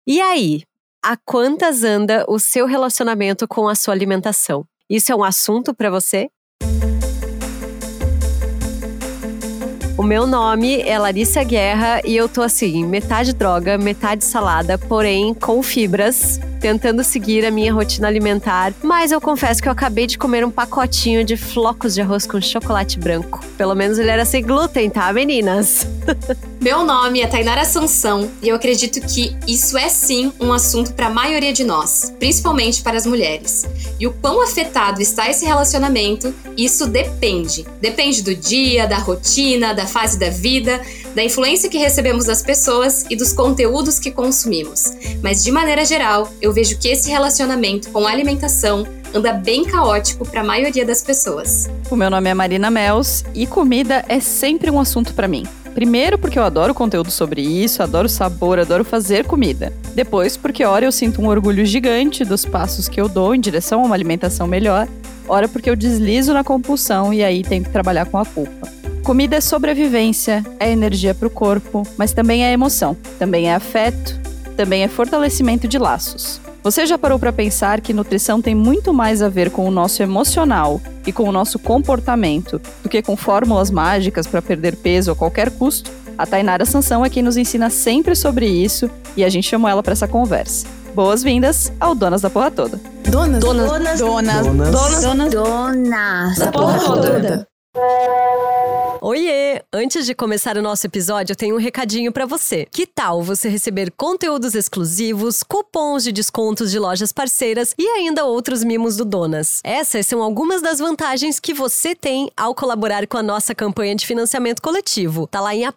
E aí, a quantas anda o seu relacionamento com a sua alimentação? Isso é um assunto para você? O meu nome é Larissa Guerra e eu tô assim, metade droga, metade salada, porém com fibras, tentando seguir a minha rotina alimentar, mas eu confesso que eu acabei de comer um pacotinho de flocos de arroz com chocolate branco. Pelo menos ele era sem glúten, tá, meninas? Meu nome é Tainara Sansão e eu acredito que isso é sim um assunto para a maioria de nós, principalmente para as mulheres. E o quão afetado está esse relacionamento, isso depende. Depende do dia, da rotina, da fase da vida, da influência que recebemos das pessoas e dos conteúdos que consumimos. Mas de maneira geral, eu vejo que esse relacionamento com a alimentação anda bem caótico para a maioria das pessoas. O meu nome é Marina Mels e comida é sempre um assunto para mim. Primeiro porque eu adoro conteúdo sobre isso, adoro sabor, adoro fazer comida. Depois porque ora eu sinto um orgulho gigante dos passos que eu dou em direção a uma alimentação melhor, ora porque eu deslizo na compulsão e aí tenho que trabalhar com a culpa. Comida é sobrevivência, é energia para o corpo, mas também é emoção, também é afeto, também é fortalecimento de laços. Você já parou para pensar que nutrição tem muito mais a ver com o nosso emocional e com o nosso comportamento do que com fórmulas mágicas para perder peso a qualquer custo? A Tainara Sansão é quem nos ensina sempre sobre isso e a gente chamou ela para essa conversa. Boas-vindas ao Donas da Porra Toda. Donas da Porra Toda. Oiê! Antes de começar o nosso episódio, eu tenho um recadinho pra você. Que tal você receber conteúdos exclusivos, cupons de descontos de lojas parceiras e ainda outros mimos do Donas? Essas são algumas das vantagens que você tem ao colaborar com a nossa campanha de financiamento coletivo. Tá lá em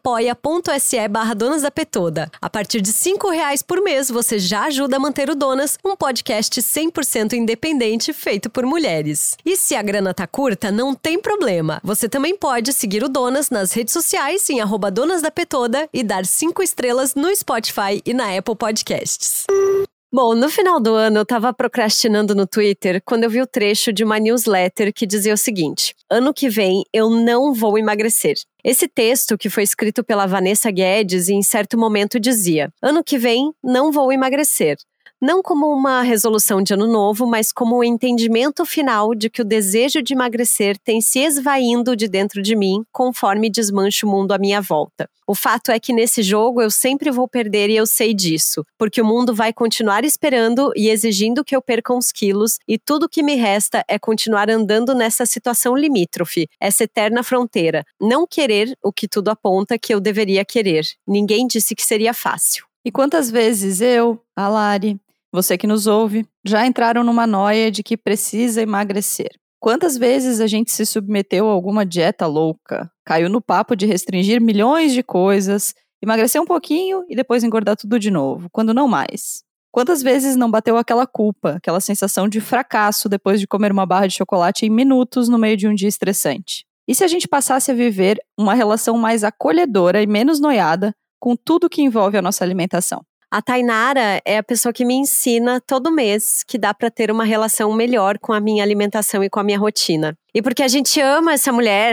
apoia.se/donasdapetoda. A partir de R$5 por mês, você já ajuda a manter o Donas, um podcast 100% independente feito por mulheres. E se a grana tá curta, não tem problema. Você também pode seguir o Donas nas redes sociais em @donasdapetoda e dar 5 estrelas no Spotify e na Apple Podcasts. Bom, no final do ano eu tava procrastinando no Twitter quando eu vi o trecho de uma newsletter que dizia o seguinte: ano que vem eu não vou emagrecer. Esse texto, que foi escrito pela Vanessa Guedes, em certo momento dizia: ano que vem não vou emagrecer. Não como uma resolução de ano novo, mas como o entendimento final de que o desejo de emagrecer tem se esvaindo de dentro de mim conforme desmancha o mundo à minha volta. O fato é que nesse jogo eu sempre vou perder e eu sei disso, porque o mundo vai continuar esperando e exigindo que eu perca uns quilos e tudo que me resta é continuar andando nessa situação limítrofe, essa eterna fronteira. Não querer o que tudo aponta que eu deveria querer. Ninguém disse que seria fácil. E quantas vezes eu, a Lari, você que nos ouve, já entraram numa noia de que precisa emagrecer? Quantas vezes a gente se submeteu a alguma dieta louca, caiu no papo de restringir milhões de coisas, emagrecer um pouquinho e depois engordar tudo de novo, quando não mais? Quantas vezes não bateu aquela culpa, aquela sensação de fracasso depois de comer uma barra de chocolate em minutos no meio de um dia estressante? E se a gente passasse a viver uma relação mais acolhedora e menos noiada com tudo que envolve a nossa alimentação? A Tainara é a pessoa que me ensina todo mês que dá pra ter uma relação melhor com a minha alimentação e com a minha rotina. E porque a gente ama essa mulher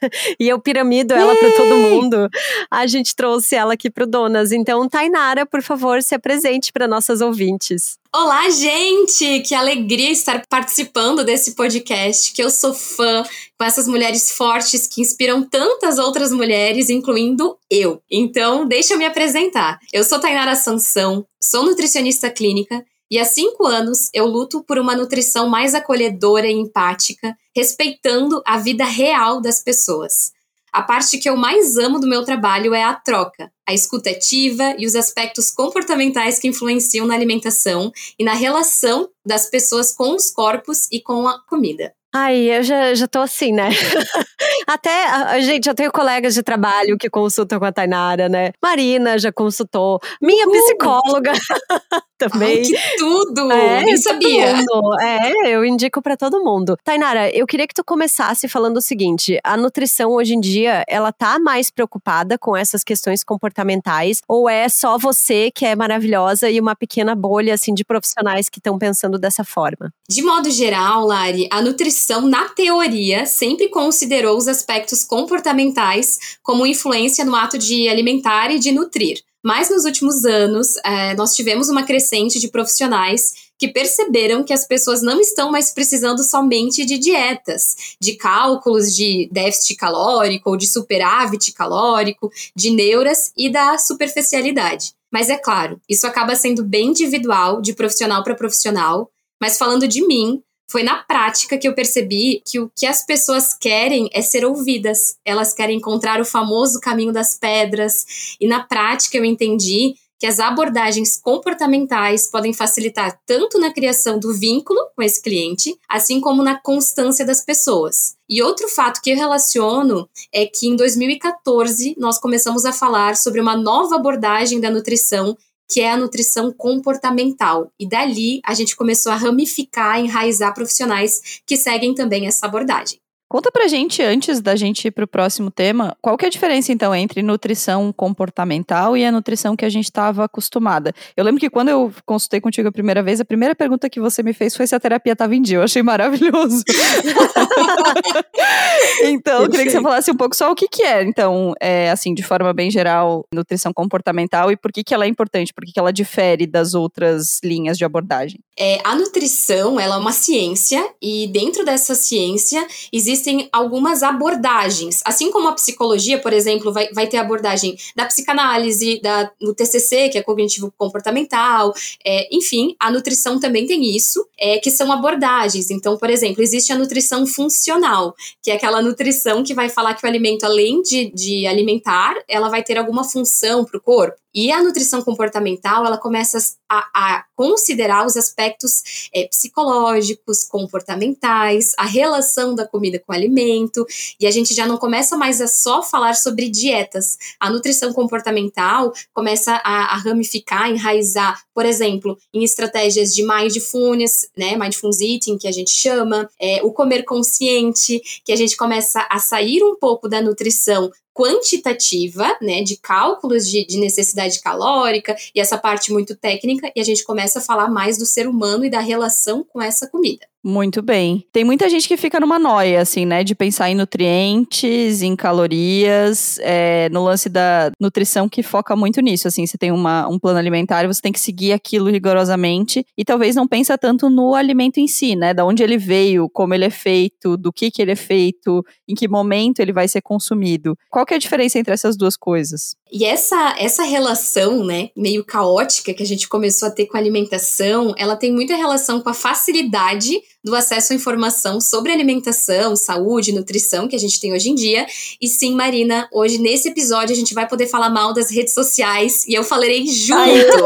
e eu piramido ela pra todo mundo, a gente trouxe ela aqui pro Donas. Então, Tainara, por favor, se apresente para nossas ouvintes. Olá, gente! Que alegria estar participando desse podcast, que eu sou fã com essas mulheres fortes que inspiram tantas outras mulheres, incluindo eu. Então, deixa eu me apresentar. Eu sou Tainara Sansão, sou nutricionista clínica e há 5 anos eu luto por uma nutrição mais acolhedora e empática, respeitando a vida real das pessoas. A parte que eu mais amo do meu trabalho é a troca, a escuta ativa e os aspectos comportamentais que influenciam na alimentação e na relação das pessoas com os corpos e com a comida. Ai, eu já tô assim, né? Até, gente, eu tenho colegas de trabalho que consultam com a Tainara, né? Marina já consultou. Minha psicóloga também. Ai, que tudo! Nem sabia. Eu indico pra todo mundo. Tainara, eu queria que tu começasse falando o seguinte: a nutrição hoje em dia, ela tá mais preocupada com essas questões comportamentais? Ou é só você que é maravilhosa e uma pequena bolha, assim, de profissionais que estão pensando dessa forma? De modo geral, Lari, a nutrição, na teoria, sempre considerou os aspectos comportamentais como influência no ato de alimentar e de nutrir. Mas nos últimos anos, nós tivemos uma crescente de profissionais que perceberam que as pessoas não estão mais precisando somente de dietas, de cálculos de déficit calórico ou de superávit calórico, de neuras e da superficialidade. Mas é claro, isso acaba sendo bem individual, de profissional para profissional. Mas falando de mim, foi na prática que eu percebi que o que as pessoas querem é ser ouvidas. Elas querem encontrar o famoso caminho das pedras. E na prática eu entendi que as abordagens comportamentais podem facilitar tanto na criação do vínculo com esse cliente, assim como na constância das pessoas. E outro fato que eu relaciono é que em 2014 nós começamos a falar sobre uma nova abordagem da nutrição, que é a nutrição comportamental. E dali a gente começou a ramificar, enraizar profissionais que seguem também essa abordagem. Conta pra gente, antes da gente ir pro próximo tema, qual que é a diferença, então, entre nutrição comportamental e a nutrição que a gente estava acostumada? Eu lembro que quando eu consultei contigo a primeira vez, a primeira pergunta que você me fez foi se a terapia estava em dia. Eu achei maravilhoso. Então, eu queria que você falasse um pouco só o que é, então, assim, de forma bem geral, nutrição comportamental e por que ela é importante, por que ela difere das outras linhas de abordagem. A nutrição, ela é uma ciência e dentro dessa ciência existem algumas abordagens. Assim como a psicologia, por exemplo, vai ter abordagem da psicanálise, do TCC, que é cognitivo-comportamental, enfim, a nutrição também tem isso, que são abordagens. Então, por exemplo, existe a nutrição funcional, que é aquela nutrição que vai falar que o alimento, além de alimentar, ela vai ter alguma função para o corpo. E a nutrição comportamental, ela começa a considerar os aspectos psicológicos, comportamentais, a relação da comida com o alimento, e a gente já não começa mais a só falar sobre dietas. A nutrição comportamental começa a ramificar, enraizar, por exemplo, em estratégias de mindfulness, né, mindfulness eating, que a gente chama, o comer consciente, que a gente começa a sair um pouco da nutrição quantitativa, né, de cálculos de necessidade calórica e essa parte muito técnica, e a gente começa a falar mais do ser humano e da relação com essa comida. Muito bem. Tem muita gente que fica numa noia, assim, né, de pensar em nutrientes, em calorias, no lance da nutrição que foca muito nisso, assim, você tem um plano alimentar, você tem que seguir aquilo rigorosamente e talvez não pensa tanto no alimento em si, né, da onde ele veio, como ele é feito, do que ele é feito, em que momento ele vai ser consumido. Qual que é a diferença entre essas duas coisas? E essa relação, né, meio caótica que a gente começou a ter com a alimentação, ela tem muita relação com a facilidade do acesso à informação sobre alimentação, saúde, nutrição que a gente tem hoje em dia. E sim, Marina, hoje nesse episódio a gente vai poder falar mal das redes sociais e eu falarei junto.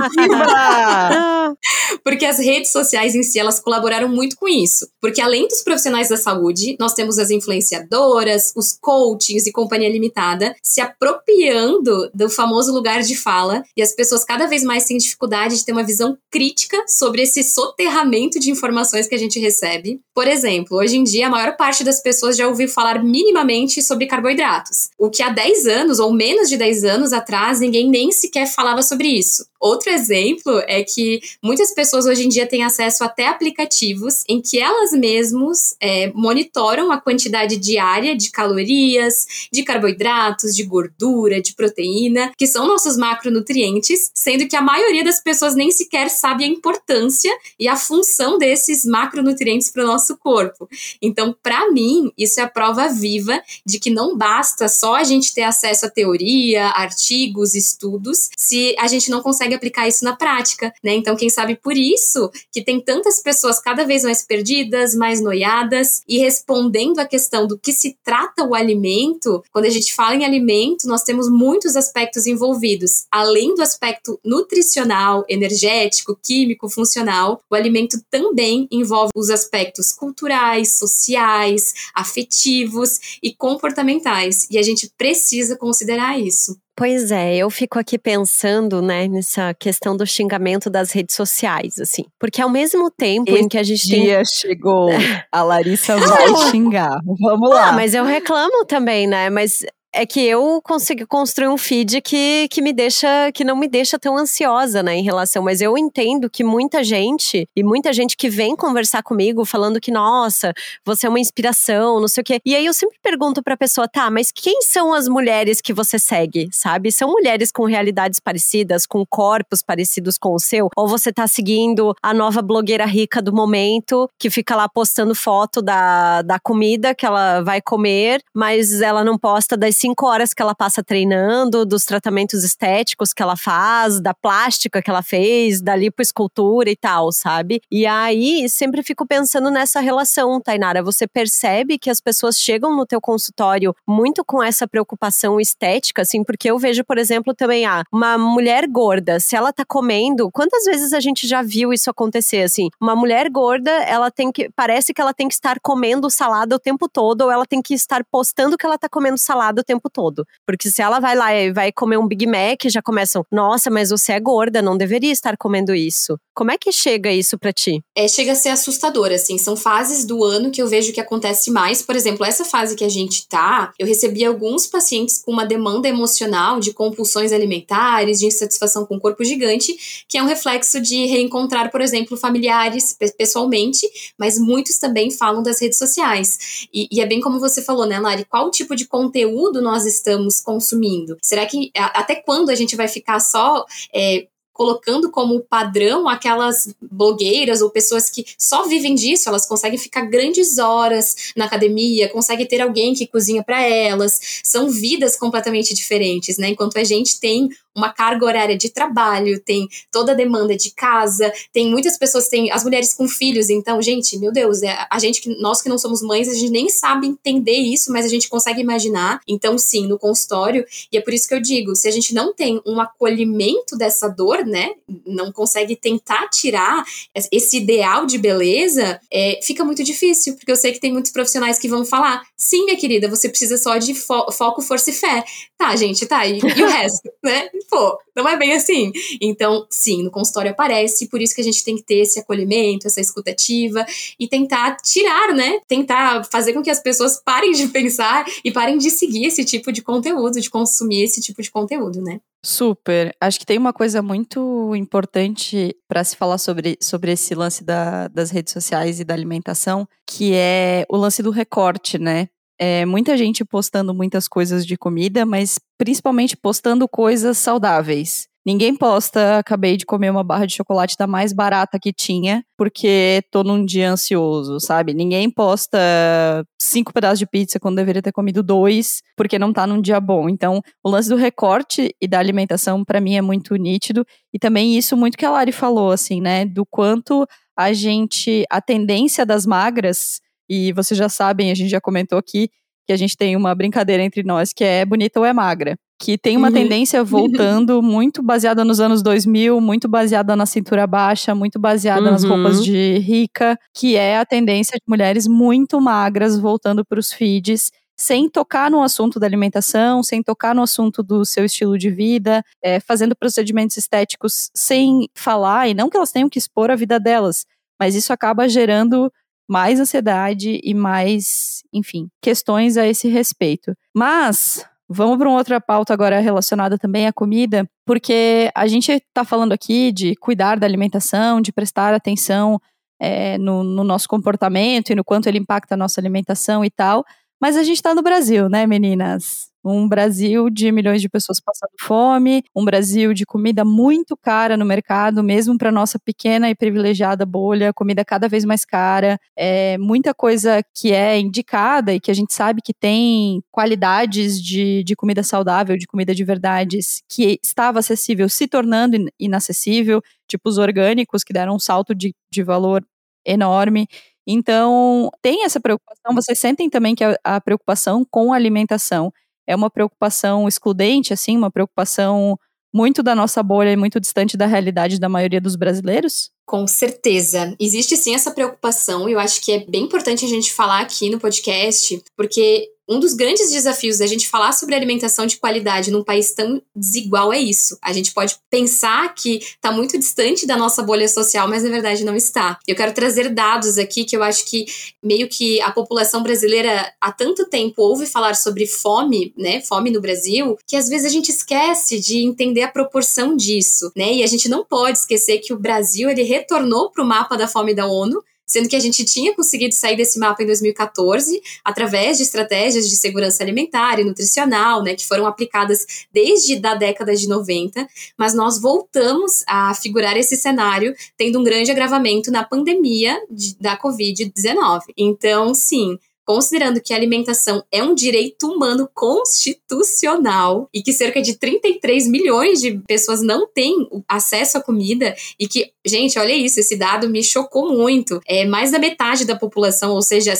Porque as redes sociais em si, elas colaboraram muito com isso. Porque além dos profissionais da saúde, nós temos as influenciadoras, os coachings e companhia limitada se apropriando do famoso lugar de fala, e as pessoas cada vez mais têm dificuldade de ter uma visão crítica sobre esse soterramento de informações que a gente recebe. Por exemplo, hoje em dia a maior parte das pessoas já ouviu falar minimamente sobre carboidratos, o que há 10 anos ou menos de 10 anos atrás ninguém nem sequer falava sobre isso. Outro exemplo é que muitas pessoas hoje em dia têm acesso até a aplicativos em que elas mesmas monitoram a quantidade diária de calorias, de carboidratos, de gordura, de proteína, que são nossos macronutrientes, sendo que a maioria das pessoas nem sequer sabe a importância e a função desses macronutrientes para o nosso corpo. Então, para mim, isso é a prova viva de que não basta só a gente ter acesso à teoria, artigos, estudos, se a gente não consegue aplicar isso na prática, né? Então, quem sabe por isso que tem tantas pessoas cada vez mais perdidas, mais noiadas, e respondendo à questão do que se trata o alimento. Quando a gente fala em alimento, nós temos muitos aspectos envolvidos. Além do aspecto nutricional, energético, químico, funcional, o alimento também envolve os aspectos culturais, sociais, afetivos e comportamentais. E a gente precisa considerar isso. Pois é, eu fico aqui pensando, né, nessa questão do xingamento das redes sociais, assim. Porque ao mesmo tempo em que a gente tem... dia chegou, a Larissa vai xingar. Vamos lá. Mas eu reclamo também, né, mas É que eu consigo construir um feed que não me deixa tão ansiosa, né, em relação. Mas eu entendo que muita gente que vem conversar comigo falando que, nossa, você é uma inspiração, não sei o quê. E aí eu sempre pergunto pra pessoa, tá, mas quem são as mulheres que você segue, sabe? São mulheres com realidades parecidas, com corpos parecidos com o seu? Ou você tá seguindo a nova blogueira rica do momento, que fica lá postando foto da comida que ela vai comer, mas ela não posta das 5 horas que ela passa treinando, dos tratamentos estéticos que ela faz, da plástica que ela fez, da lipoescultura e tal, sabe? E aí, sempre fico pensando nessa relação, Tainara. Você percebe que as pessoas chegam no teu consultório muito com essa preocupação estética, assim, porque eu vejo, por exemplo, também, uma mulher gorda, se ela tá comendo, quantas vezes a gente já viu isso acontecer, assim? Uma mulher gorda, parece que ela tem que estar comendo salada o tempo todo, ou ela tem que estar postando que ela tá comendo salada o tempo todo. Porque se ela vai lá e vai comer um Big Mac, já começam, nossa, mas você é gorda, não deveria estar comendo isso. Como é que chega isso pra ti? Chega a ser assustador, assim, são fases do ano que eu vejo que acontece mais. Por exemplo, essa fase que a gente tá, eu recebi alguns pacientes com uma demanda emocional de compulsões alimentares, de insatisfação com o corpo gigante, que é um reflexo de reencontrar, por exemplo, familiares pessoalmente, mas muitos também falam das redes sociais. E é bem como você falou, né, Lari? Qual tipo de conteúdo nós estamos consumindo? Será que até quando a gente vai ficar só colocando como padrão aquelas blogueiras ou pessoas que só vivem disso? Elas conseguem ficar grandes horas na academia, conseguem ter alguém que cozinha para elas, são vidas completamente diferentes, né? Enquanto a gente tem uma carga horária de trabalho, tem toda a demanda de casa, tem muitas pessoas, tem as mulheres com filhos, então, gente, meu Deus, nós que não somos mães, a gente nem sabe entender isso, mas a gente consegue imaginar. Então, sim, no consultório, e é por isso que eu digo, se a gente não tem um acolhimento dessa dor, né, não consegue tentar tirar esse ideal de beleza, fica muito difícil, porque eu sei que tem muitos profissionais que vão falar, sim, minha querida, você precisa só de foco, força e fé. Tá, gente, tá, e o resto, né? Pô, não é bem assim. Então, sim, no consultório aparece, por isso que a gente tem que ter esse acolhimento, essa escutativa e tentar tirar, né? Tentar fazer com que as pessoas parem de pensar e parem de seguir esse tipo de conteúdo, de consumir esse tipo de conteúdo, né? Super. Acho que tem uma coisa muito importante para se falar sobre esse lance das redes sociais e da alimentação, que é o lance do recorte, né? Muita gente postando muitas coisas de comida, mas principalmente postando coisas saudáveis. Ninguém posta, acabei de comer uma barra de chocolate da mais barata que tinha, porque tô num dia ansioso, sabe? Ninguém posta 5 pedaços de pizza quando deveria ter comido 2, porque não tá num dia bom. Então, o lance do recorte e da alimentação, pra mim, é muito nítido. E também isso muito que a Lari falou, assim, né? Do quanto a tendência das magras, e vocês já sabem, a gente já comentou aqui, que a gente tem uma brincadeira entre nós, que é bonita ou é magra. Que tem uma tendência voltando muito baseada nos anos 2000, muito baseada na cintura baixa, muito baseada nas roupas de rica, que é a tendência de mulheres muito magras voltando para os feeds, sem tocar no assunto da alimentação, sem tocar no assunto do seu estilo de vida, fazendo procedimentos estéticos sem falar, e não que elas tenham que expor a vida delas, mas isso acaba gerando mais ansiedade e mais, enfim, questões a esse respeito. Mas vamos para uma outra pauta agora relacionada também à comida, porque a gente está falando aqui de cuidar da alimentação, de prestar atenção no nosso comportamento e no quanto ele impacta a nossa alimentação e tal, mas a gente está no Brasil, né, meninas? Um Brasil de milhões de pessoas passando fome, um Brasil de comida muito cara no mercado, mesmo para nossa pequena e privilegiada bolha, comida cada vez mais cara, muita coisa que é indicada e que a gente sabe que tem qualidades de comida saudável, de comida de verdades, que estava acessível, se tornando inacessível, tipo os orgânicos, que deram um salto de valor enorme. Então, tem essa preocupação, vocês sentem também que a preocupação com a alimentação é uma preocupação excludente, assim, uma preocupação muito da nossa bolha e muito distante da realidade da maioria dos brasileiros? Com certeza. Existe sim essa preocupação e eu acho que é bem importante a gente falar aqui no podcast, porque um dos grandes desafios da gente falar sobre alimentação de qualidade num país tão desigual é isso. A gente pode pensar que está muito distante da nossa bolha social, mas na verdade não está. Eu quero trazer dados aqui que eu acho que meio que a população brasileira há tanto tempo ouve falar sobre fome, né? Fome no Brasil, que às vezes a gente esquece de entender a proporção disso, né? E a gente não pode esquecer que o Brasil, ele retornou para o mapa da fome da ONU, sendo que a gente tinha conseguido sair desse mapa em 2014, através de estratégias de segurança alimentar e nutricional, né, que foram aplicadas desde a década de 90, mas nós voltamos a figurar esse cenário, tendo um grande agravamento na pandemia da Covid-19. Então, sim, considerando que a alimentação é um direito humano constitucional e que cerca de 33 milhões de pessoas não têm acesso à comida e que, gente, olha isso, esse dado me chocou muito. Mais da metade da população, ou seja,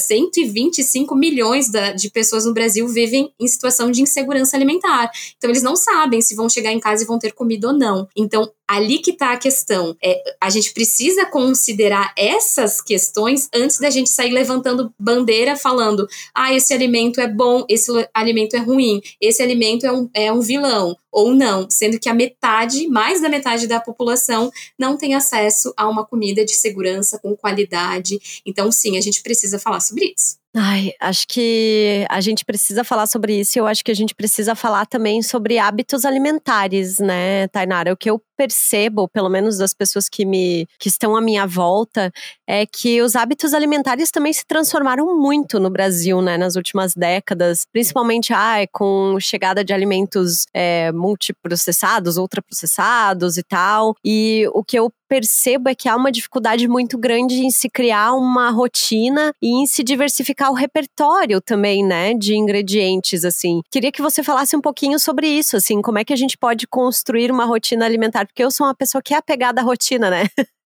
125 milhões de pessoas no Brasil vivem em situação de insegurança alimentar. Então, eles não sabem se vão chegar em casa e vão ter comida ou não. Então, ali que está a questão. A gente precisa considerar essas questões antes da gente sair levantando bandeira falando, esse alimento é bom, esse alimento é ruim, esse alimento é um vilão, ou não, sendo que mais da metade da população não tem acesso a uma comida de segurança com qualidade. Então, sim, a gente precisa falar sobre isso. Acho que a gente precisa falar sobre isso e eu acho que a gente precisa falar também sobre hábitos alimentares, né, Tainara? O que eu percebo, pelo menos das pessoas que estão à minha volta, é que os hábitos alimentares também se transformaram muito no Brasil, né, nas últimas décadas, principalmente com chegada de alimentos multiprocessados, ultraprocessados e tal, e o que eu percebo é que há uma dificuldade muito grande em se criar uma rotina e em se diversificar o repertório também, né, de ingredientes, assim. Queria que você falasse um pouquinho sobre isso, assim, como é que a gente pode construir uma rotina alimentar, porque eu sou uma pessoa que é apegada à rotina, né?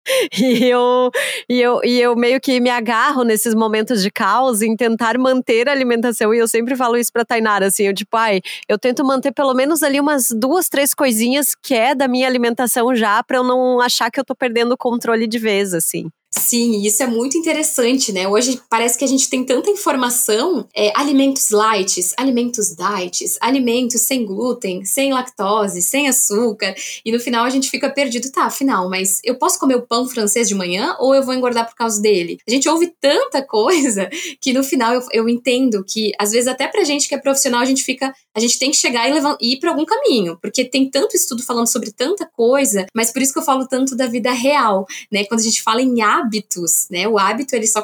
E eu meio que me agarro nesses momentos de caos em tentar manter a alimentação, e eu sempre falo isso pra Tainara, assim, eu tento manter pelo menos ali umas 2, 3 coisinhas que é da minha alimentação já, pra eu não achar que eu tô perdendo o controle de vez, assim. Sim, isso é muito interessante, né? Hoje parece que a gente tem tanta informação, alimentos light, alimentos diet, alimentos sem glúten, sem lactose, sem açúcar, e no final a gente fica perdido, afinal, mas eu posso comer o pão francês de manhã ou eu vou engordar por causa dele? A gente ouve tanta coisa que no final eu entendo que, às vezes até pra gente que é profissional, a gente tem que chegar e ir pra algum caminho, porque tem tanto estudo falando sobre tanta coisa, mas por isso que eu falo tanto da vida real, né? Quando a gente fala em hábitos, né? O hábito, a gente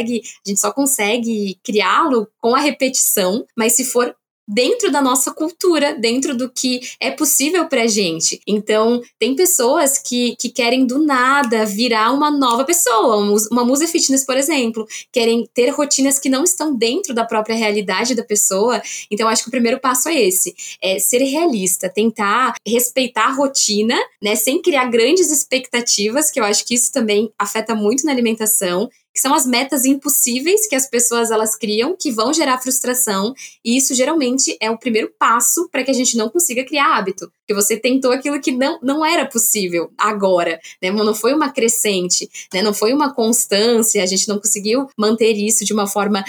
só consegue criá-lo com a repetição, mas se for dentro da nossa cultura, dentro do que é possível pra gente. Então, tem pessoas que querem do nada virar uma nova pessoa, uma musa fitness, por exemplo, querem ter rotinas que não estão dentro da própria realidade da pessoa. Então, acho que o primeiro passo é esse, ser realista, tentar respeitar a rotina, né, sem criar grandes expectativas, que eu acho que isso também afeta muito na alimentação, que são as metas impossíveis que as pessoas elas criam, que vão gerar frustração, e isso geralmente é o primeiro passo para que a gente não consiga criar hábito, porque você tentou aquilo que não era possível agora, né? Não foi uma crescente, né? Não foi uma constância, a gente não conseguiu manter isso de uma forma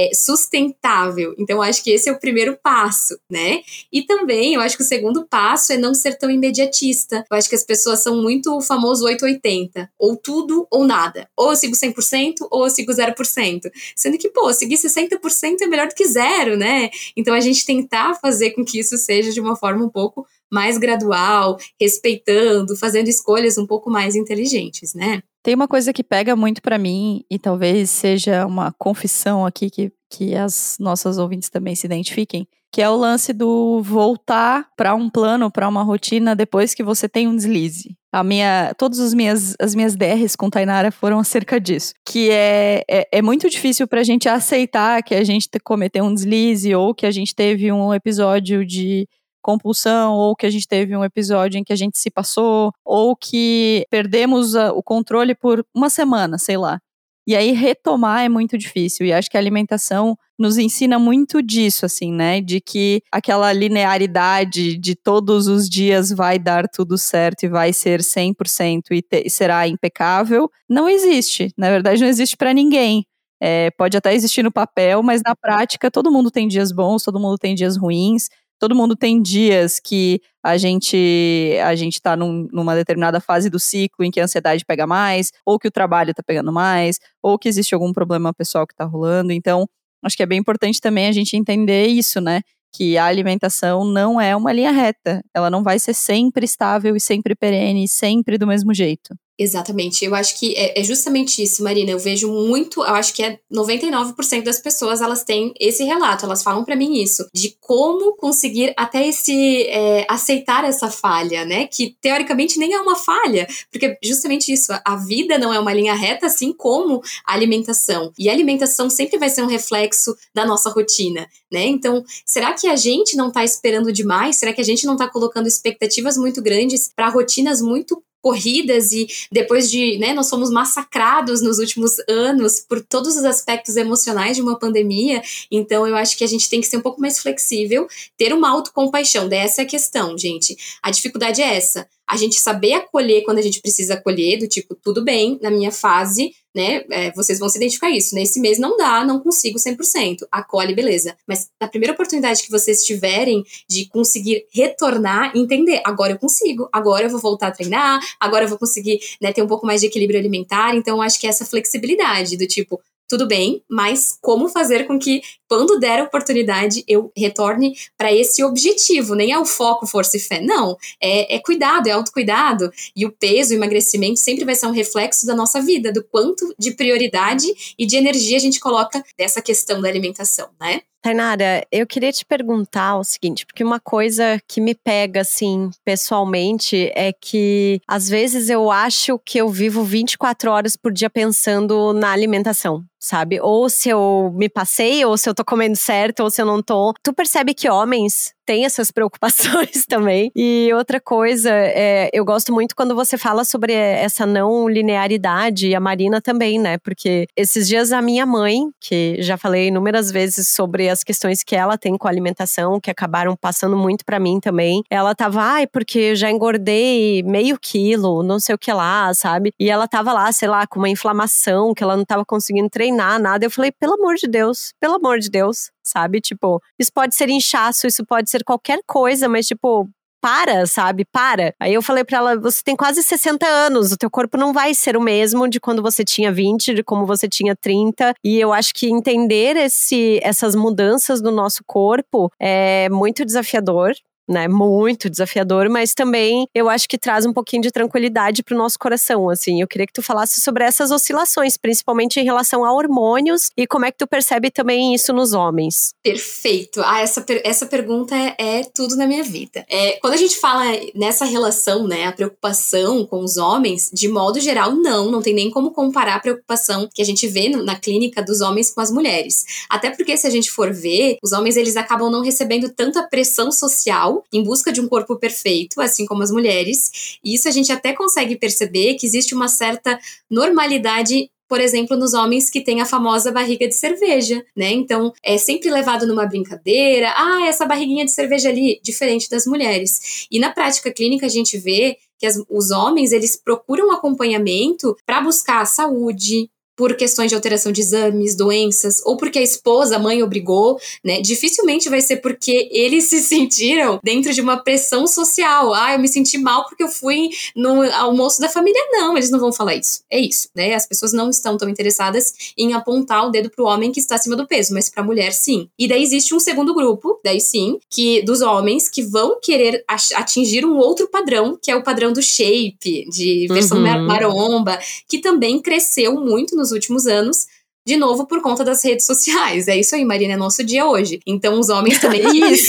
sustentável. Então, eu acho que esse é o primeiro passo, né? E também, eu acho que o segundo passo é não ser tão imediatista. Eu acho que as pessoas são muito o famoso 880, ou tudo ou nada. Ou eu sigo 100%, ou eu sigo 0%. Sendo que, seguir 60% é melhor do que zero, né? Então, a gente tentar fazer com que isso seja de uma forma um pouco mais gradual, respeitando, fazendo escolhas um pouco mais inteligentes, né? Tem uma coisa que pega muito pra mim, e talvez seja uma confissão aqui que as nossas ouvintes também se identifiquem, que é o lance do voltar para um plano, para uma rotina depois que você tem um deslize. Todas as minhas DRs com Tainara foram acerca disso. Que é muito difícil pra gente aceitar que a gente cometeu um deslize, ou que a gente teve um episódio de compulsão, ou que a gente teve um episódio em que a gente se passou, ou que perdemos o controle por uma semana, sei lá. E aí retomar é muito difícil, e acho que a alimentação nos ensina muito disso, assim, né, de que aquela linearidade de todos os dias vai dar tudo certo e vai ser 100% e será impecável, não existe, na verdade não existe para ninguém. Pode até existir no papel, mas na prática todo mundo tem dias bons, todo mundo tem dias ruins, todo mundo tem dias que a gente tá numa determinada fase do ciclo em que a ansiedade pega mais, ou que o trabalho tá pegando mais, ou que existe algum problema pessoal que tá rolando. Então, acho que é bem importante também a gente entender isso, né? Que a alimentação não é uma linha reta. Ela não vai ser sempre estável e sempre perene, sempre do mesmo jeito. Exatamente, eu acho que é justamente isso, Marina, eu vejo muito, eu acho que 99% das pessoas, elas têm esse relato, elas falam pra mim isso, de como conseguir até aceitar essa falha, né, que teoricamente nem é uma falha, porque justamente isso, a vida não é uma linha reta, assim como a alimentação, e a alimentação sempre vai ser um reflexo da nossa rotina, né, então, será que a gente não tá esperando demais? Será que a gente não tá colocando expectativas muito grandes para rotinas muito corridas e depois de, né, nós fomos massacrados nos últimos anos por todos os aspectos emocionais de uma pandemia, então eu acho que a gente tem que ser um pouco mais flexível, ter uma autocompaixão, dessa é a questão, gente. A dificuldade é essa, a gente saber acolher quando a gente precisa acolher, do tipo, tudo bem, na minha fase, né, vocês vão se identificar isso, nesse mês não dá, não consigo 100%, acolhe, beleza, mas na primeira oportunidade que vocês tiverem de conseguir retornar, entender, agora eu consigo, agora eu vou voltar a treinar, agora eu vou conseguir, né, ter um pouco mais de equilíbrio alimentar, então eu acho que essa flexibilidade do tipo, tudo bem, mas como fazer com que, quando der a oportunidade, eu retorne para esse objetivo, nem é o foco, força e fé, não, é cuidado, é autocuidado, e o peso, o emagrecimento sempre vai ser um reflexo da nossa vida, do quanto de prioridade e de energia a gente coloca nessa questão da alimentação, né? Tainara, eu queria te perguntar o seguinte, porque uma coisa que me pega, assim, pessoalmente, é que às vezes eu acho que eu vivo 24 horas por dia pensando na alimentação, sabe? Ou se eu me passei, ou se eu tô comendo certo, ou se eu não tô. Tu percebe que homens têm essas preocupações também? E outra coisa, eu gosto muito quando você fala sobre essa não linearidade, e a Marina também, né? Porque esses dias a minha mãe, que já falei inúmeras vezes sobre as questões que ela tem com a alimentação, que acabaram passando muito pra mim também, ela tava, porque eu já engordei meio quilo, não sei o que lá, sabe? E ela tava lá, sei lá, com uma inflamação, que ela não tava conseguindo treinar, nada. Eu falei, pelo amor de Deus, sabe? Tipo, isso pode ser inchaço, isso pode ser qualquer coisa, mas tipo, sabe? Para. Aí eu falei pra ela, você tem quase 60 anos, o teu corpo não vai ser o mesmo de quando você tinha 20, de como você tinha 30. E eu acho que entender essas mudanças do nosso corpo é muito desafiador, né, muito desafiador, mas também eu acho que traz um pouquinho de tranquilidade pro nosso coração, assim. Eu queria que tu falasse sobre essas oscilações, principalmente em relação a hormônios e como é que tu percebe também isso nos homens. Perfeito. Essa pergunta é tudo na minha vida. Quando a gente fala nessa relação, né, a preocupação com os homens, de modo geral, não tem nem como comparar a preocupação que a gente vê na clínica dos homens com as mulheres. Até porque, se a gente for ver, os homens, eles acabam não recebendo tanta pressão social em busca de um corpo perfeito, assim como as mulheres, e isso a gente até consegue perceber que existe uma certa normalidade, por exemplo, nos homens que têm a famosa barriga de cerveja, né? Então, é sempre levado numa brincadeira, essa barriguinha de cerveja ali, diferente das mulheres. E na prática clínica a gente vê que os homens, eles procuram acompanhamento para buscar a saúde, por questões de alteração de exames, doenças, ou porque a esposa, a mãe obrigou, né? Dificilmente vai ser porque eles se sentiram dentro de uma pressão social. Eu me senti mal porque eu fui no almoço da família. Não, eles não vão falar isso. É isso, né? As pessoas não estão tão interessadas em apontar o dedo pro homem que está acima do peso, mas pra mulher, sim. E daí existe um segundo grupo, daí sim, dos homens que vão querer atingir um outro padrão, que é o padrão do shape, de versão maromba, que também cresceu muito nos últimos anos, de novo por conta das redes sociais. É isso aí, Marina, é nosso dia hoje. Então os homens também...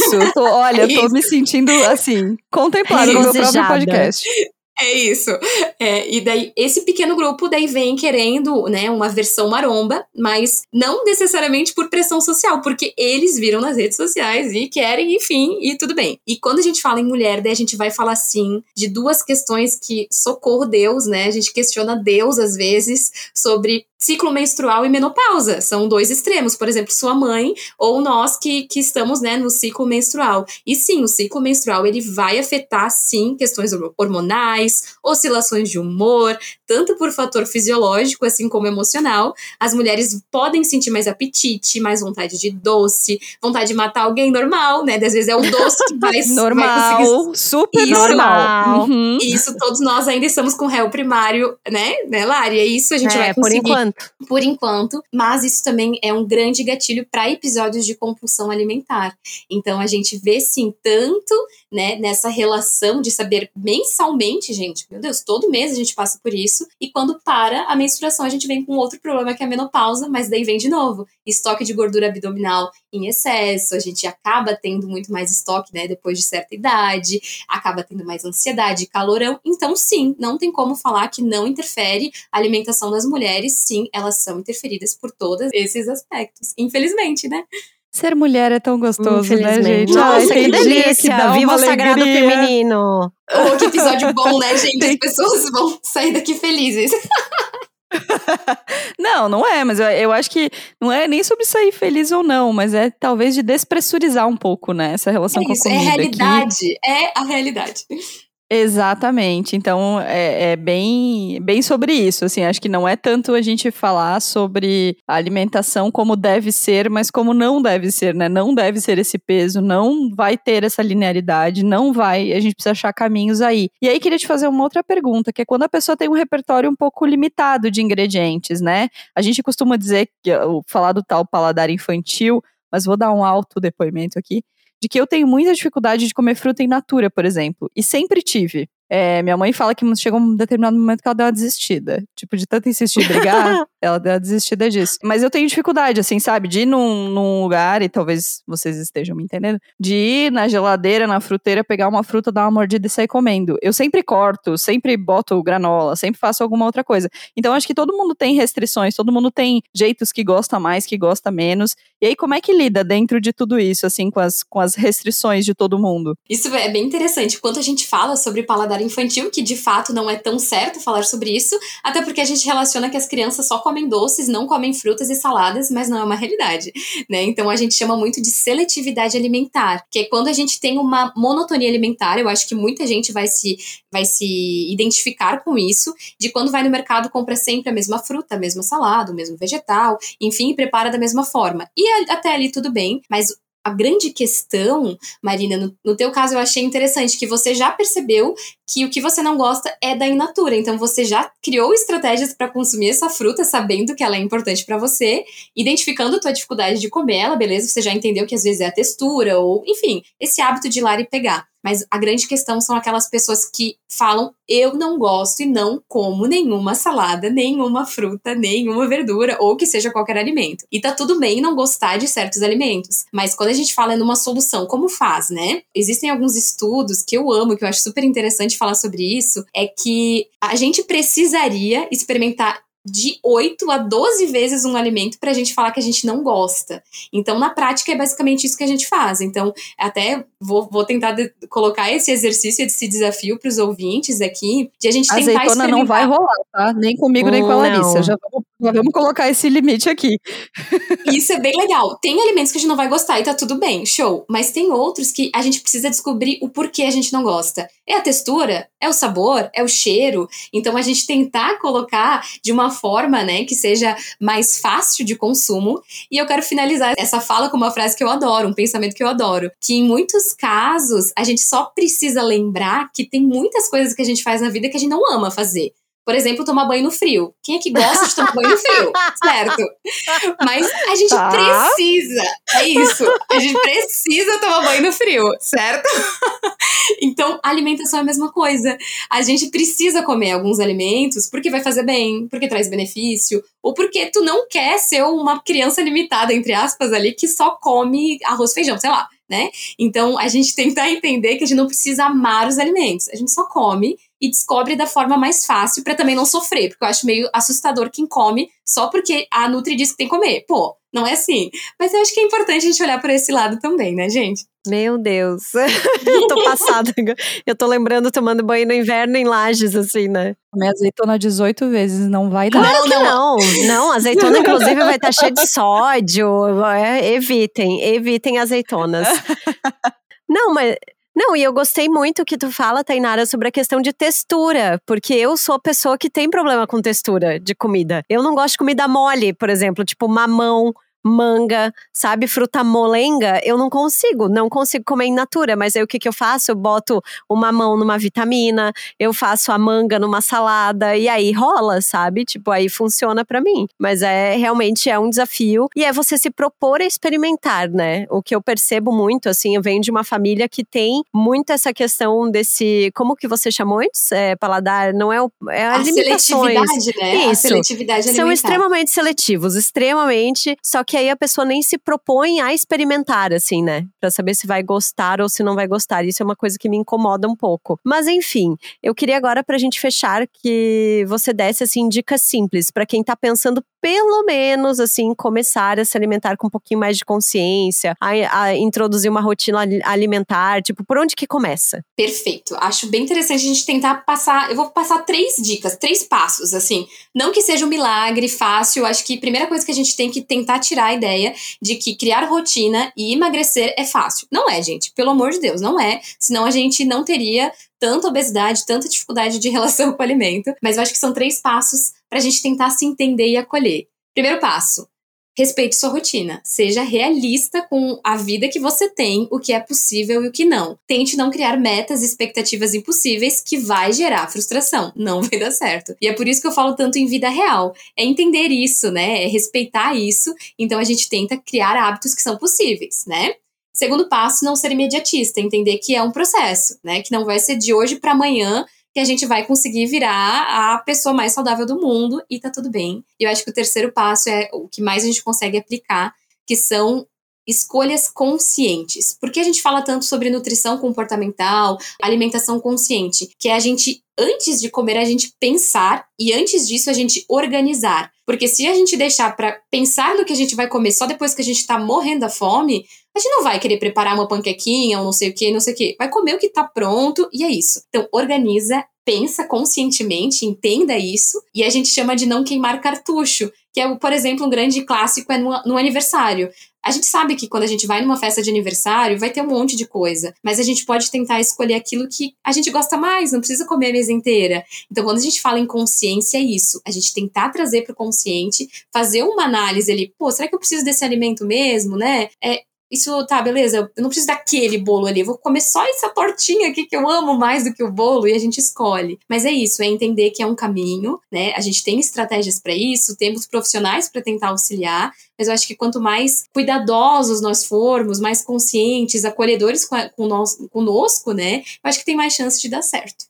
Tô me sentindo assim, contemplada no meu próprio podcast. É isso. E daí, esse pequeno grupo daí vem querendo, né, uma versão maromba, mas não necessariamente por pressão social, porque eles viram nas redes sociais e querem, enfim, e tudo bem. E quando a gente fala em mulher, daí a gente vai falar, sim, de duas questões que, socorro Deus, né, a gente questiona Deus, às vezes, sobre ciclo menstrual e menopausa. São dois extremos. Por exemplo, sua mãe ou nós que estamos, né, no ciclo menstrual. E sim, o ciclo menstrual ele vai afetar, sim, questões hormonais, oscilações de humor, tanto por fator fisiológico, assim como emocional. As mulheres podem sentir mais apetite, mais vontade de doce, vontade de matar alguém normal, né? Às vezes é o doce que vai, normal, vai conseguir... super isso, normal. Uhum. Isso, todos nós ainda estamos com réu primário, né, Lari? É isso, a gente vai conseguir. Por enquanto. Mas isso também é um grande gatilho para episódios de compulsão alimentar. Então, a gente vê, sim, tanto, né, nessa relação de saber mensalmente, gente, meu Deus, todo mês a gente passa por isso. E quando para a menstruação, a gente vem com outro problema que é a menopausa, mas daí vem de novo. Estoque de gordura abdominal em excesso, a gente acaba tendo muito mais estoque, né, depois de certa idade, acaba tendo mais ansiedade, calorão. Então, sim, não tem como falar que não interfere a alimentação das mulheres. Sim, elas são interferidas por todos esses aspectos. Infelizmente, né? Ser mulher é tão gostoso, né, gente? Nossa, que delícia! Viva o sagrado feminino! Oh, que episódio bom, né, gente? As pessoas vão sair daqui felizes. Não é, mas eu acho que não é nem sobre sair feliz ou não, mas é talvez de despressurizar um pouco, né, essa relação com a comida. É realidade, é a realidade. Exatamente, então é bem sobre isso, assim, acho que não é tanto a gente falar sobre a alimentação como deve ser, mas como não deve ser, né, não deve ser esse peso, não vai ter essa linearidade, não vai, a gente precisa achar caminhos aí. E aí queria te fazer uma outra pergunta, que é quando a pessoa tem um repertório um pouco limitado de ingredientes, né, a gente costuma dizer, falar do tal paladar infantil, mas vou dar um alto depoimento aqui, de que eu tenho muita dificuldade de comer fruta in natura, por exemplo. E sempre tive. Minha mãe fala que chegou um determinado momento que ela deu uma desistida. Tipo, de tanto insistir em brigar, ela deu uma desistida disso. Mas eu tenho dificuldade, assim, sabe? De ir num lugar, e talvez vocês estejam me entendendo, de ir na geladeira, na fruteira, pegar uma fruta, dar uma mordida e sair comendo. Eu sempre corto, sempre boto granola, sempre faço alguma outra coisa. Então, acho que todo mundo tem restrições, todo mundo tem jeitos que gosta mais, que gosta menos. E aí, como é que lida dentro de tudo isso, assim, com as restrições de todo mundo? Isso é bem interessante. Quando a gente fala sobre paladar infantil, que de fato não é tão certo falar sobre isso, até porque a gente relaciona que as crianças só comem doces, não comem frutas e saladas, mas não é uma realidade, né? Então a gente chama muito de seletividade alimentar, que é quando a gente tem uma monotonia alimentar. Eu acho que muita gente vai se identificar com isso, de quando vai no mercado, compra sempre a mesma fruta, a mesma salada, o mesmo vegetal, enfim, prepara da mesma forma. E até ali tudo bem, mas a grande questão, Marina, no teu caso eu achei interessante que você já percebeu que o que você não gosta é da in natura, então você já criou estratégias para consumir essa fruta, sabendo que ela é importante para você, identificando a tua dificuldade de comer ela, beleza? Você já entendeu que às vezes é a textura, ou enfim, esse hábito de ir lá e pegar. Mas a grande questão são aquelas pessoas que falam, eu não gosto e não como nenhuma salada, nenhuma fruta, nenhuma verdura, ou que seja qualquer alimento. E tá tudo bem não gostar de certos alimentos. Mas quando a gente fala numa solução, como faz, né? Existem alguns estudos que eu amo, que eu acho super interessante falar sobre isso, é que a gente precisaria experimentar de 8 a 12 vezes um alimento pra gente falar que a gente não gosta. Então, na prática, é basicamente isso que a gente faz. Então, até vou tentar colocar esse exercício, esse desafio pros ouvintes aqui, de a gente tentar experimentar. Azeitona não vai rolar, tá? Nem comigo, nem com a Larissa. Já vamos colocar esse limite aqui. Isso é bem legal. Tem alimentos que a gente não vai gostar e tá tudo bem, show. Mas tem outros que a gente precisa descobrir o porquê a gente não gosta. É a textura? É o sabor? É o cheiro? Então, a gente tentar colocar de uma forma, né, que seja mais fácil de consumo. E eu quero finalizar essa fala com uma frase que eu adoro, um pensamento que eu adoro, que em muitos casos a gente só precisa lembrar que tem muitas coisas que a gente faz na vida que a gente não ama fazer. Por exemplo, tomar banho no frio. Quem é que gosta de tomar banho no frio? Certo? Mas a gente precisa. É isso. A gente precisa tomar banho no frio, certo? Então, a alimentação é a mesma coisa. A gente precisa comer alguns alimentos porque vai fazer bem, porque traz benefício, ou porque tu não quer ser uma criança limitada, entre aspas, ali, que só come arroz e feijão, sei lá, né? Então, a gente tentar entender que a gente não precisa amar os alimentos. A gente só come e descobre da forma mais fácil pra também não sofrer, porque eu acho meio assustador quem come só porque a Nutri diz que tem que comer. Pô, não é assim. Mas eu acho que é importante a gente olhar por esse lado também, né, gente? Meu Deus. Eu tô passada. Eu tô lembrando tomando banho no inverno em Lages, assim, né? Comer azeitona 18 vezes não vai dar. Claro que não. Não, azeitona inclusive vai estar cheia de sódio. Evitem azeitonas. Não, e eu gostei muito que tu fala, Tainara, sobre a questão de textura, porque eu sou a pessoa que tem problema com textura de comida. Eu não gosto de comida mole, por exemplo, tipo mamão, manga, sabe, fruta molenga, eu não consigo comer in natura, mas aí o que eu faço? Eu boto o mamão numa vitamina, eu faço a manga numa salada, e aí rola, sabe, tipo, aí funciona pra mim, mas realmente é um desafio, e é você se propor a experimentar, né, o que eu percebo muito, assim, eu venho de uma família que tem muito essa questão desse, como que você chamou antes? Paladar, não é a seletividade, né? Isso. A seletividade alimentar. São extremamente seletivos, só que aí a pessoa nem se propõe a experimentar, assim, né? Pra saber se vai gostar ou se não vai gostar. Isso é uma coisa que me incomoda um pouco. Mas enfim, eu queria agora pra gente fechar que você desse, assim, dicas simples pra quem tá pensando pelo menos, assim, começar a se alimentar com um pouquinho mais de consciência, a introduzir uma rotina alimentar, tipo, por onde que começa? Perfeito. Acho bem interessante a gente tentar passar, eu vou passar 3 dicas, 3 passos, assim. Não que seja um milagre fácil, acho que a primeira coisa que a gente tem que tentar tirar a ideia de que criar rotina e emagrecer é fácil. Não é, gente. Pelo amor de Deus, não é. Senão a gente não teria tanta obesidade, tanta dificuldade de relação com o alimento. Mas eu acho que são 3 passos pra gente tentar se entender e acolher. Primeiro passo. Respeite sua rotina. Seja realista com a vida que você tem, o que é possível e o que não. Tente não criar metas e expectativas impossíveis que vai gerar frustração. Não vai dar certo. E é por isso que eu falo tanto em vida real. É entender isso, né? É respeitar isso. Então a gente tenta criar hábitos que são possíveis, né? Segundo passo, não ser imediatista. Entender que é um processo, né? Que não vai ser de hoje para amanhã que a gente vai conseguir virar a pessoa mais saudável do mundo e tá tudo bem. E eu acho que o terceiro passo é o que mais a gente consegue aplicar, que são escolhas conscientes. Por que a gente fala tanto sobre nutrição comportamental, alimentação consciente? Que é a gente, antes de comer, a gente pensar e antes disso a gente organizar. Porque se a gente deixar pra pensar no que a gente vai comer só depois que a gente tá morrendo da fome, a gente não vai querer preparar uma panquequinha ou não sei o que, não sei o que. Vai comer o que tá pronto e é isso. Então, organiza, pensa conscientemente, entenda isso. E a gente chama de não queimar cartucho, que é, por exemplo, um grande clássico é no aniversário. A gente sabe que quando a gente vai numa festa de aniversário, vai ter um monte de coisa. Mas a gente pode tentar escolher aquilo que a gente gosta mais, não precisa comer a mesa inteira. Então, quando a gente fala em consciência, é isso. A gente tentar trazer pro consciente, fazer uma análise ali. Pô, será que eu preciso desse alimento mesmo, né? Isso, tá, beleza, eu não preciso daquele bolo ali, eu vou comer só essa tortinha aqui que eu amo mais do que o bolo, e a gente escolhe. Mas é isso, é entender que é um caminho, né? A gente tem estratégias para isso, temos profissionais para tentar auxiliar, mas eu acho que quanto mais cuidadosos nós formos, mais conscientes, acolhedores conosco, né? Eu acho que tem mais chance de dar certo.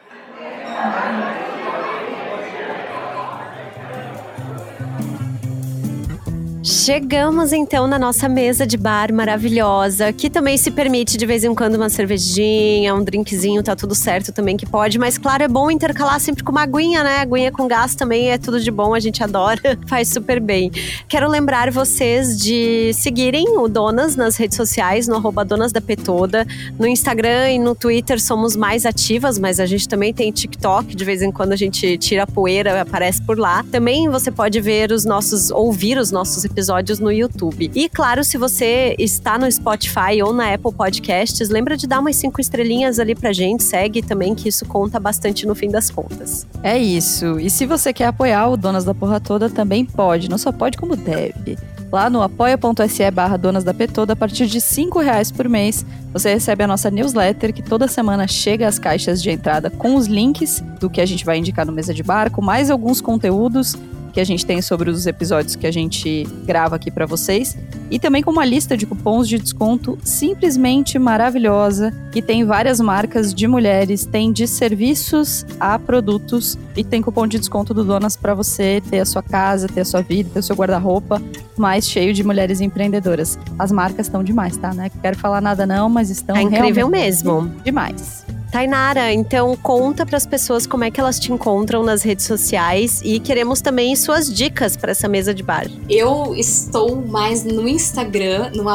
Chegamos então na nossa mesa de bar maravilhosa, que também se permite de vez em quando uma cervejinha, um drinkzinho, tá tudo certo também que pode, mas claro, é bom intercalar sempre com uma aguinha, né? Aguinha com gás também é tudo de bom, a gente adora, faz super bem. Quero lembrar vocês de seguirem o Donas nas redes sociais, no @donasdapetoda, no Instagram e no Twitter somos mais ativas, mas a gente também tem TikTok, de vez em quando a gente tira a poeira, aparece por lá. Também você pode ouvir os nossos episódios no YouTube. E claro, se você está no Spotify ou na Apple Podcasts, lembra de dar umas 5 estrelinhas ali pra gente, segue também, que isso conta bastante no fim das contas. É isso. E se você quer apoiar o Donas da Porra Toda, também pode. Não só pode, como deve. Lá no apoia.se/donasdapetoda, a partir de R$5 por mês, você recebe a nossa newsletter, que toda semana chega às caixas de entrada com os links do que a gente vai indicar no Mesa de Bar, com mais alguns conteúdos que a gente tem sobre os episódios que a gente grava aqui pra vocês. E também com uma lista de cupons de desconto simplesmente maravilhosa, que tem várias marcas de mulheres, tem de serviços a produtos, e tem cupom de desconto do Donas pra você ter a sua casa, ter a sua vida, ter o seu guarda-roupa mais cheio de mulheres empreendedoras. As marcas estão demais, tá? Não quero falar nada não, mas estão incrível mesmo. Demais. Tainara, então conta pras pessoas como é que elas te encontram nas redes sociais e queremos também suas dicas para essa mesa de bar. Eu estou mais no Instagram, no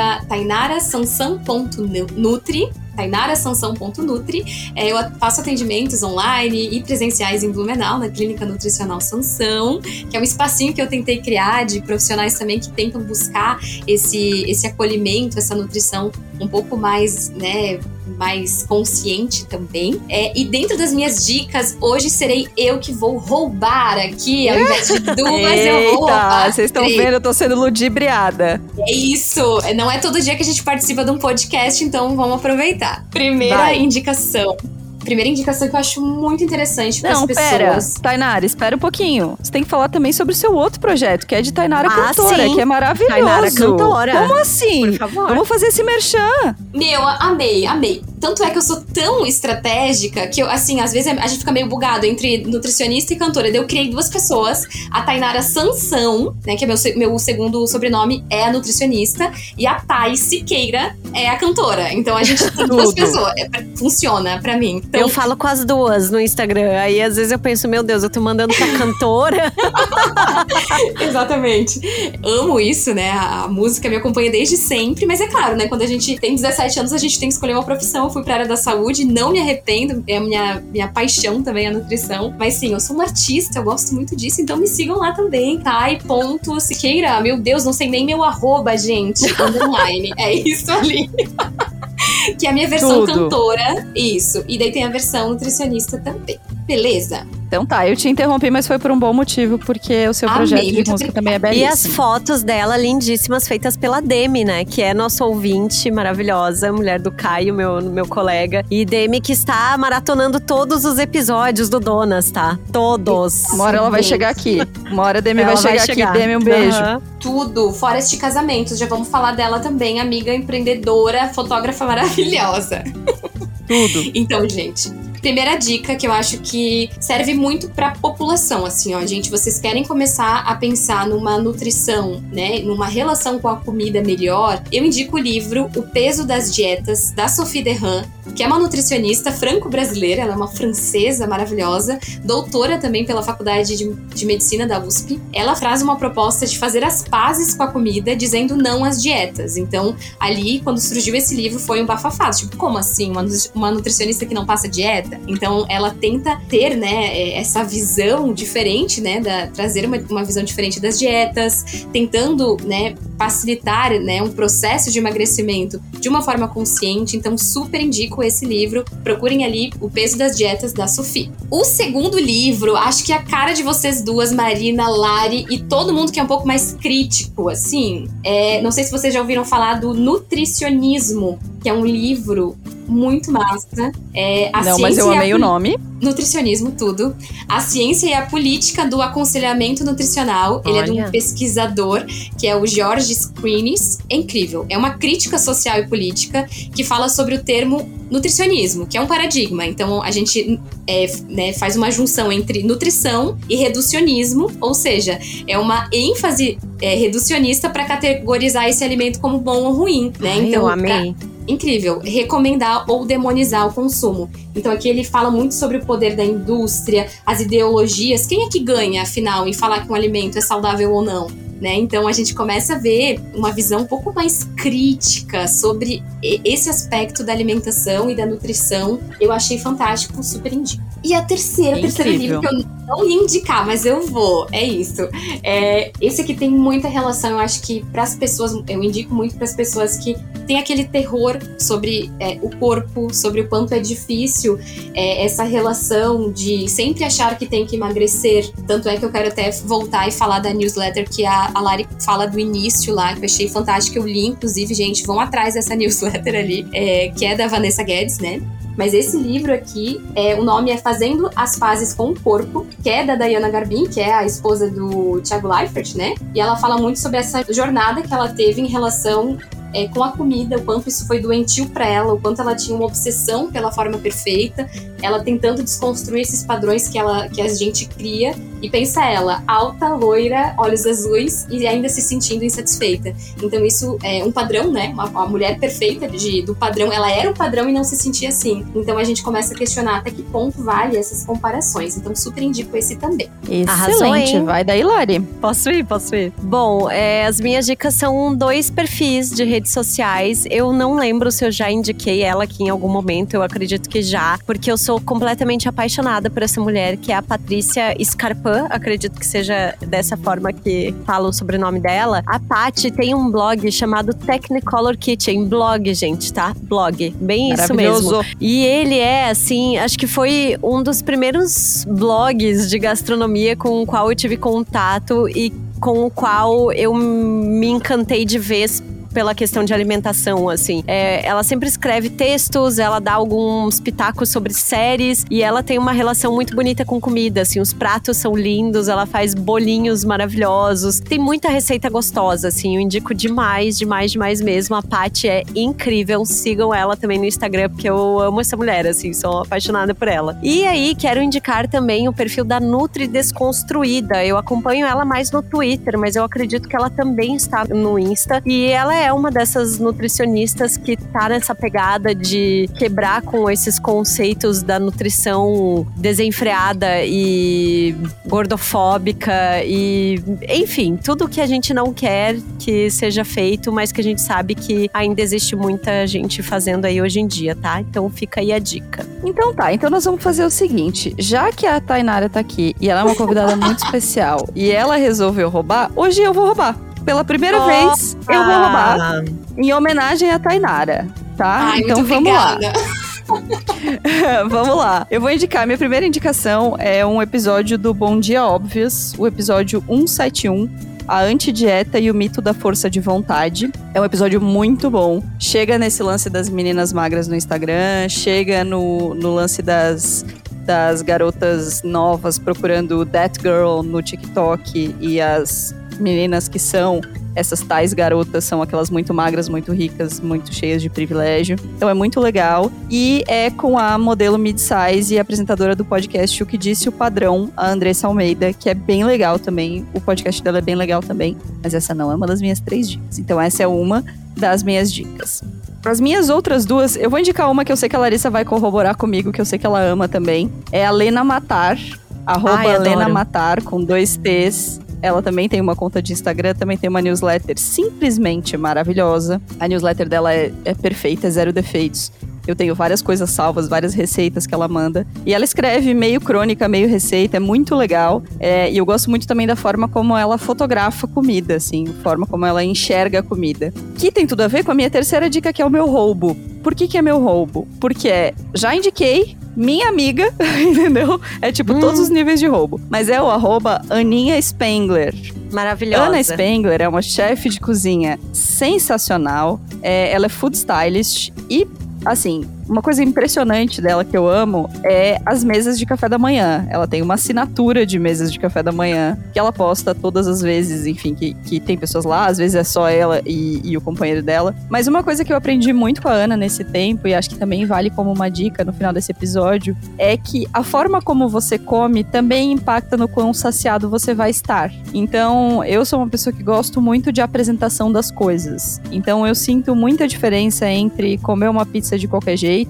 @tainarasansan.nutri. tainarasansan.nutri. Eu faço atendimentos online e presenciais em Blumenau, na Clínica Nutricional Sansão, que é um espacinho que eu tentei criar de profissionais também que tentam buscar esse acolhimento, essa nutrição um pouco mais, né, mais consciente também. E dentro das minhas dicas, hoje serei eu que vou roubar aqui, ao invés de duas, eu vou roubar. Vocês estão vendo, eu tô sendo ludibriada. É isso! Não é todo dia que a gente participa de um podcast, então vamos aproveitar. Primeira indicação que eu acho muito interessante para as pessoas. Pera, Tainara, espera um pouquinho. Você tem que falar também sobre o seu outro projeto, que é de Tainara Cantora, sim. que é maravilhoso. Tainara Cantora. Como assim? Por favor. Vamos fazer esse merchan. Meu, amei. Tanto é que eu sou tão estratégica que eu, assim, às vezes a gente fica meio bugado entre nutricionista e cantora. Daí eu criei duas pessoas, a Tainara Sansão, né, que é meu segundo sobrenome, é a nutricionista, e a Thay Siqueira é a cantora. Então a gente tem duas pessoas. Funciona pra mim. Então, eu falo com as duas no Instagram. Aí às vezes eu penso, meu Deus, eu tô mandando pra cantora. Exatamente. Amo isso, né? A música me acompanha desde sempre, mas é claro, né? Quando a gente tem 17 anos, a gente tem que escolher uma profissão. Eu fui pra área da saúde, não me arrependo, é a minha paixão também a nutrição. Mas sim, eu sou uma artista, eu gosto muito disso, então me sigam lá também, Thay.Siqueira. Meu Deus, não sei nem meu @, gente, underline. É isso ali. Que é a minha versão cantora, isso. E daí tem a versão nutricionista também. Beleza? Então tá, eu te interrompi, mas foi por um bom motivo, porque o seu projeto de música também é belíssimo. E as fotos dela, lindíssimas, feitas pela Demi, né? Que é nossa ouvinte maravilhosa, mulher do Caio, meu colega. E Demi que está maratonando todos os episódios do Donas, tá? Todos. Uma hora ela vai chegar aqui. Uma hora a Demi vai chegar aqui. Demi, um beijo. Tudo, fora este casamento. Já vamos falar dela também, amiga empreendedora, fotógrafa maravilhosa. Tudo. Então, gente, primeira dica que eu acho que serve muito pra população, assim, ó, gente, vocês querem começar a pensar numa nutrição, né, numa relação com a comida melhor, eu indico o livro O Peso das Dietas, da Sophie Derham, que é uma nutricionista franco-brasileira, ela é uma francesa maravilhosa, doutora também pela Faculdade de Medicina da USP. Ela traz uma proposta de fazer as pazes com a comida, dizendo não às dietas. Então, ali, quando surgiu esse livro, foi um bafafá. Tipo, como assim? Uma nutricionista que não passa dieta? Então, ela tenta ter, né, essa visão diferente, né, trazer uma visão diferente das dietas, tentando, né, facilitar, né, um processo de emagrecimento de uma forma consciente. Então, super indico esse livro. Procurem ali O Peso das Dietas, da Sophie. O segundo livro, acho que é a cara de vocês duas, Marina, Lari e todo mundo que é um pouco mais crítico, assim. Não sei se vocês já ouviram falar do Nutricionismo, que é um livro muito massa. Não, mas eu amei o nome. Nutricionismo, tudo. A ciência e a política do aconselhamento nutricional. Ele é de um pesquisador, que é o George Skrinis. É incrível. É uma crítica social e política que fala sobre o termo nutricionismo, que é um paradigma. Então, a gente né, faz uma junção entre nutrição e reducionismo, ou seja, é uma ênfase reducionista para categorizar esse alimento como bom ou ruim, né? Então, eu amei. Incrível, recomendar ou demonizar o consumo. Então aqui ele fala muito sobre o poder da indústria, as ideologias, quem é que ganha, afinal, em falar que um alimento é saudável ou não, né? Então a gente começa a ver uma visão um pouco mais crítica sobre esse aspecto da alimentação e da nutrição. Eu achei fantástico, super indico. E a terceiro livro que eu não ia indicar, mas eu vou, é isso. Esse aqui tem muita relação, eu acho que para as pessoas, eu indico muito para as pessoas que têm aquele terror sobre o corpo, sobre o quanto é difícil essa relação de sempre achar que tem que emagrecer. Tanto é que eu quero até voltar e falar da newsletter que a Lari fala do início lá, que eu achei fantástico, eu li, inclusive, gente, vão atrás dessa newsletter ali, que é da Vanessa Guedes, né? Mas esse livro aqui, o nome é Fazendo as Pazes com o Corpo, que é da Diana Garbin, que é a esposa do Thiago Leifert, né? E ela fala muito sobre essa jornada que ela teve em relação com a comida, o quanto isso foi doentio pra ela, o quanto ela tinha uma obsessão pela forma perfeita, ela tentando desconstruir esses padrões que a gente cria, e pensa ela, alta, loira, olhos azuis e ainda se sentindo insatisfeita. Então isso é um padrão, né? Uma mulher perfeita do padrão, ela era o padrão e não se sentia assim. Então a gente começa a questionar até que ponto vale essas comparações. Então super indico esse também. Excelente, vai daí, Lari. Posso ir? Bom, as minhas dicas são 2 perfis de redes sociais. Eu não lembro se eu já indiquei ela aqui em algum momento, eu acredito que já, porque eu sou completamente apaixonada por essa mulher, que é a Patrícia Scarpin, acredito que seja dessa forma que falo o sobrenome dela. A Paty tem um blog chamado Technicolor Kitchen, blog, gente, tá? Blog, bem isso mesmo. E ele é, assim, acho que foi um dos primeiros blogs de gastronomia com o qual eu tive contato e com o qual eu me encantei de vez pela questão de alimentação, assim. Ela sempre escreve textos, ela dá alguns pitacos sobre séries e ela tem uma relação muito bonita com comida, assim. Os pratos são lindos, ela faz bolinhos maravilhosos. Tem muita receita gostosa, assim. Eu indico demais mesmo. A Paty é incrível. Sigam ela também no Instagram, porque eu amo essa mulher, assim. Sou apaixonada por ela. E aí, quero indicar também o perfil da Nutri Desconstruída. Eu acompanho ela mais no Twitter, mas eu acredito que ela também está no Insta. E ela é uma dessas nutricionistas que tá nessa pegada de quebrar com esses conceitos da nutrição desenfreada e gordofóbica e, enfim, tudo que a gente não quer que seja feito, mas que a gente sabe que ainda existe muita gente fazendo aí hoje em dia, tá? Então fica aí a dica. Então tá, então nós vamos fazer o seguinte, já que a Tainara tá aqui e ela é uma convidada muito especial e ela resolveu roubar, hoje eu vou roubar. Pela primeira vez, eu vou roubar em homenagem a Tainara, tá? Ai, então vamos lá. Vamos lá. Eu vou indicar, minha primeira indicação é um episódio do Bom Dia Óbvios, o episódio 171, a antidieta e o mito da força de vontade. É um episódio muito bom. Chega nesse lance das meninas magras no Instagram, chega no lance das garotas novas procurando That Girl no TikTok e as meninas que são essas tais garotas são aquelas muito magras, muito ricas, muito cheias de privilégio. Então é muito legal. E é com a modelo mid-size e apresentadora do podcast O Que Disse o Padrão, a Andressa Almeida, que é bem legal também. O podcast dela é bem legal também, mas essa não é uma das minhas 3 dicas. Então essa é uma das minhas dicas. As minhas outras 2, eu vou indicar uma que eu sei que a Larissa vai corroborar comigo, que eu sei que ela ama também. É a Lena Matar, @Lena Matar, com 2 T's. Ela também tem uma conta de Instagram, também tem uma newsletter simplesmente maravilhosa. A newsletter dela é perfeita, é 0 defeitos. Eu tenho várias coisas salvas, várias receitas que ela manda. E ela escreve meio crônica, meio receita, é muito legal. E eu gosto muito também da forma como ela fotografa comida, assim, a forma como ela enxerga a comida. Que tem tudo a ver com a minha terceira dica, que é o meu roubo. Por que é meu roubo? Porque já indiquei, minha amiga, entendeu? É tipo todos os níveis de roubo. Mas é o @Aninha Spengler. Maravilhosa. Ana Spengler é uma chefe de cozinha sensacional. Ela é food stylist e, assim, uma coisa impressionante dela que eu amo é as mesas de café da manhã. Ela tem uma assinatura de mesas de café da manhã que ela posta todas as vezes, enfim, que tem pessoas lá, às vezes é só ela e o companheiro dela. Mas uma coisa que eu aprendi muito com a Ana nesse tempo, e acho que também vale como uma dica no final desse episódio, é que a forma como você come também impacta no quão saciado você vai estar. Então, eu sou uma pessoa que gosto muito de apresentação das coisas. Então, eu sinto muita diferença entre comer uma pizza de qualquer jeito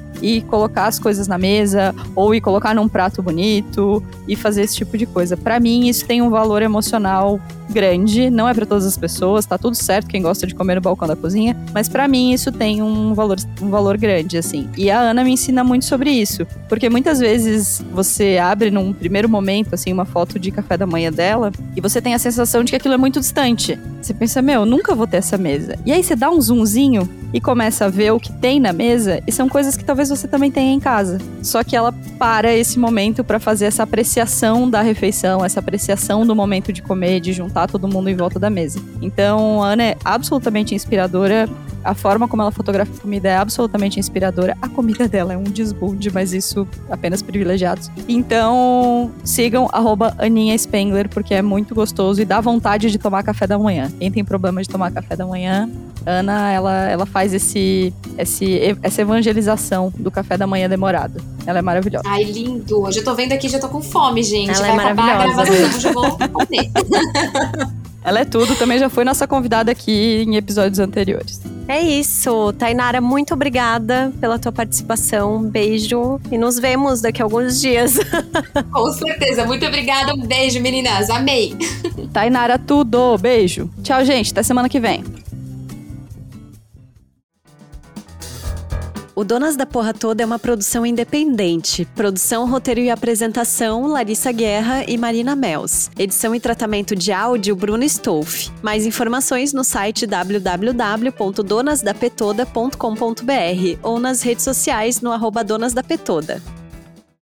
e colocar as coisas na mesa, ou ir colocar num prato bonito e fazer esse tipo de coisa. Pra mim, isso tem um valor emocional grande, não é pra todas as pessoas, tá tudo certo quem gosta de comer no balcão da cozinha, mas pra mim isso tem um valor grande, assim. E a Ana me ensina muito sobre isso, porque muitas vezes você abre num primeiro momento, assim, uma foto de café da manhã dela, e você tem a sensação de que aquilo é muito distante. Você pensa, nunca vou ter essa mesa. E aí você dá um zoomzinho e começa a ver o que tem na mesa, e são coisas que talvez você também tenha em casa. Só que ela para esse momento pra fazer essa apreciação da refeição, essa apreciação do momento de comer, de juntar todo mundo em volta da mesa. Então, a Ana é absolutamente inspiradora. A forma como ela fotografa a comida é absolutamente inspiradora. A comida dela é um desbunde, mas isso apenas privilegiados. Então, sigam @Aninha Spengler, porque é muito gostoso e dá vontade de tomar café da manhã. Quem tem problema de tomar café da manhã, Ana, ela faz essa evangelização do café da manhã demorado. Ela é maravilhosa. Ai, lindo. Hoje eu tô vendo aqui, já tô com fome, gente. Ela vai é acabar a maravilhosa. gravação, já vou comer. Ela é tudo, também já foi nossa convidada aqui em episódios anteriores. É isso. Tainara, muito obrigada pela tua participação. Um beijo e nos vemos daqui a alguns dias. Com certeza. Muito obrigada. Um beijo, meninas. Amei. Tainara, tudo. Beijo. Tchau, gente. Até semana que vem. O Donas da Porra Toda é uma produção independente. Produção, roteiro e apresentação, Larissa Guerra e Marina Mels. Edição e tratamento de áudio, Bruno Stolf. Mais informações no site www.donasdapetoda.com.br ou nas redes sociais no @donasdapetoda.